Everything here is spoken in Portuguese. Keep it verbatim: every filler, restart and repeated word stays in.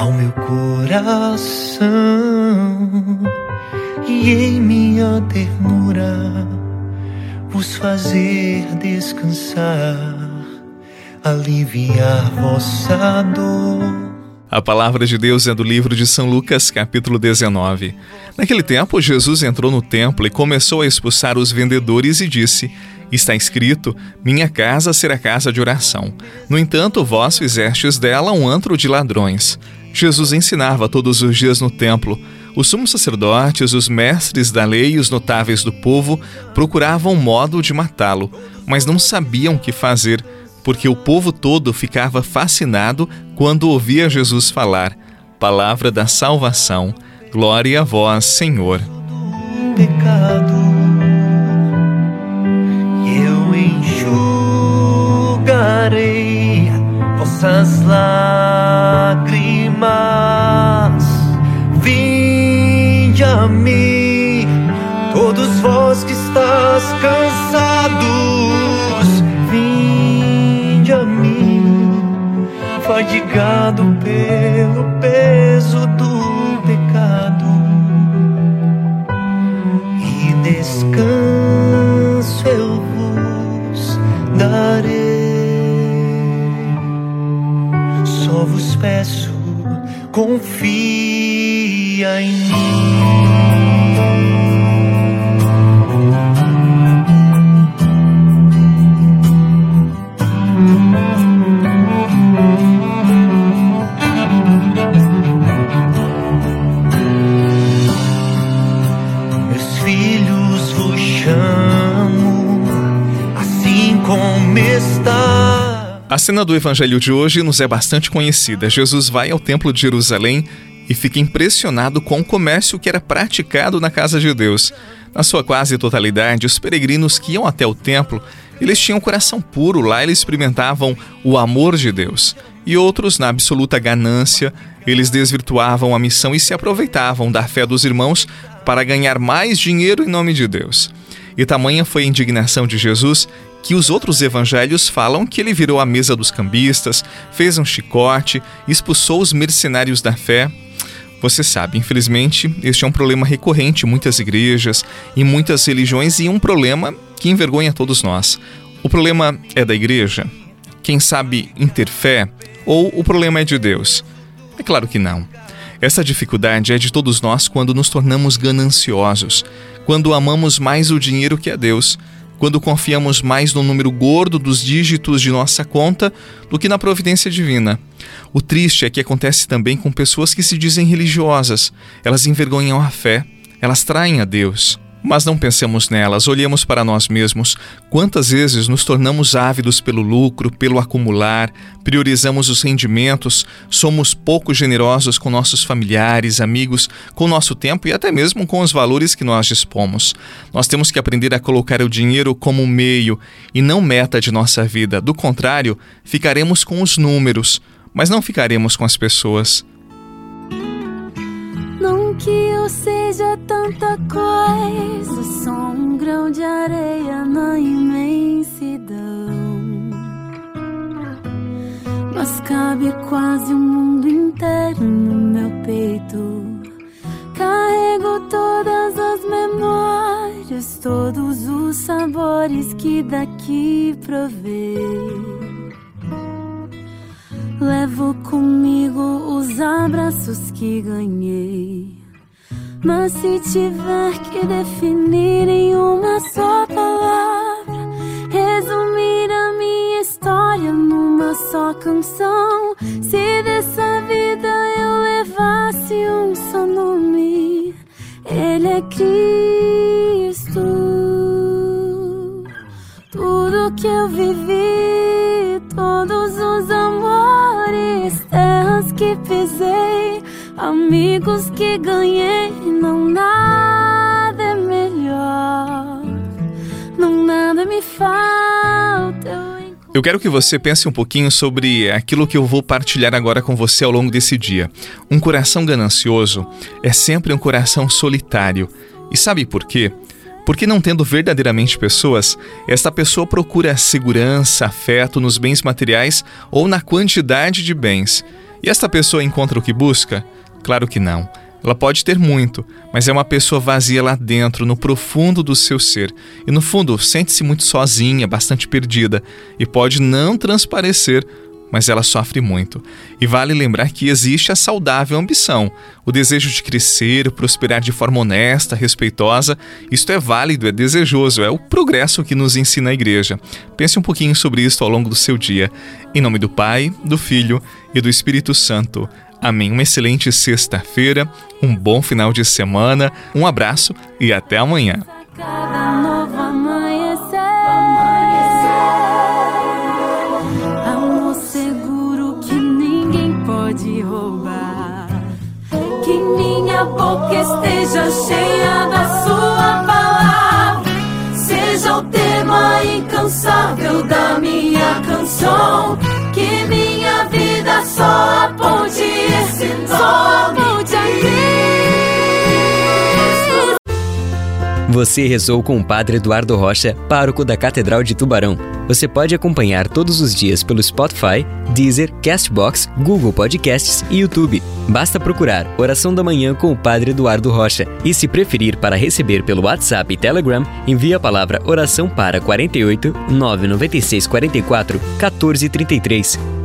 ao meu coração, e em minha ternura vos fazer descansar, aliviar vossa dor. A palavra de Deus é do livro de São Lucas, capítulo dezenove. Naquele tempo, Jesus entrou no templo e começou a expulsar os vendedores e disse: está escrito, minha casa será casa de oração. No entanto, vós fizestes dela um antro de ladrões. Jesus ensinava todos os dias no templo. Os sumos sacerdotes, os mestres da lei e os notáveis do povo procuravam modo de matá-lo, mas não sabiam o que fazer, porque o povo todo ficava fascinado quando ouvia Jesus falar. Palavra da salvação. Glória a vós, Senhor. Pecado, eu enxugarei vossas lágrimas. Vinde a mim, todos vós que estáis cansados. Vinde a mim, fadigado pelo peso do pecado, e descanso eu vos darei. Só vos peço, confia em mim. Meus filhos vos chamo, assim como está. A cena do evangelho de hoje nos é bastante conhecida. Jesus vai ao templo de Jerusalém e fica impressionado com o comércio que era praticado na casa de Deus. Na sua quase totalidade, os peregrinos que iam até o templo, eles tinham um coração puro, lá eles experimentavam o amor de Deus. E outros, na absoluta ganância, eles desvirtuavam a missão e se aproveitavam da fé dos irmãos para ganhar mais dinheiro em nome de Deus. E tamanha foi a indignação de Jesus que os outros evangelhos falam que ele virou a mesa dos cambistas, fez um chicote, expulsou os mercenários da fé. Você sabe, infelizmente, este é um problema recorrente em muitas igrejas, em muitas religiões, e um problema que envergonha todos nós. O problema é da igreja? Quem sabe em ter fé? Ou o problema é de Deus? É claro que não. Essa dificuldade é de todos nós quando nos tornamos gananciosos, quando amamos mais o dinheiro que a Deus, quando confiamos mais no número gordo dos dígitos de nossa conta do que na providência divina. O triste é que acontece também com pessoas que se dizem religiosas. Elas envergonham a fé, elas traem a Deus. Mas não pensemos nelas, olhemos para nós mesmos. Quantas vezes nos tornamos ávidos pelo lucro, pelo acumular, priorizamos os rendimentos, somos pouco generosos com nossos familiares, amigos, com nosso tempo e até mesmo com os valores que nós dispomos. Nós temos que aprender a colocar o dinheiro como meio e não meta de nossa vida. Do contrário, ficaremos com os números, mas não ficaremos com as pessoas. Não que eu seja tanta coisa, só um grão de areia na imensidão, mas cabe quase o mundo inteiro no meu peito. Carrego todas as memórias, todos os sabores que daqui provei. Levo comigo os abraços que ganhei. Mas se tiver que definir em uma só palavra, resumir a minha história numa só canção, se dessa vida eu levasse um só nome, Ele é Cristo. Tudo que eu vivi, todos os amores, terras que pisei, amigos que ganhei, não nada é melhor, não nada me falta. Eu... eu quero que você pense um pouquinho sobre aquilo que eu vou partilhar agora com você ao longo desse dia. Um coração ganancioso é sempre um coração solitário. E sabe por quê? Porque não tendo verdadeiramente pessoas, esta pessoa procura segurança, afeto nos bens materiais ou na quantidade de bens. E esta pessoa encontra o que busca? Claro que não. Ela pode ter muito, mas é uma pessoa vazia lá dentro, no profundo do seu ser. E no fundo, sente-se muito sozinha, bastante perdida. E pode não transparecer, mas ela sofre muito. E vale lembrar que existe a saudável ambição, o desejo de crescer, prosperar de forma honesta, respeitosa. Isto é válido, é desejoso, é o progresso que nos ensina a igreja. Pense um pouquinho sobre isso ao longo do seu dia. Em nome do Pai, do Filho e do Espírito Santo. Amém. Uma excelente sexta-feira, um bom final de semana, um abraço e até amanhã. Cada novo amanhecer, amor seguro que ninguém pode roubar. Que minha boca esteja cheia da sua palavra, seja o tema incansável da minha canção. Que minha vida só aponte esse nome, só aponte a Cristo. Você rezou com o Padre Eduardo Rocha, pároco da Catedral de Tubarão. Você pode acompanhar todos os dias pelo Spotify, Deezer, Castbox, Google Podcasts e YouTube. Basta procurar Oração da Manhã com o Padre Eduardo Rocha. E se preferir para receber pelo WhatsApp e Telegram, envie a palavra oração para quarenta e oito, nove nove seis, quarenta e quatro, quatorze, trinta e três.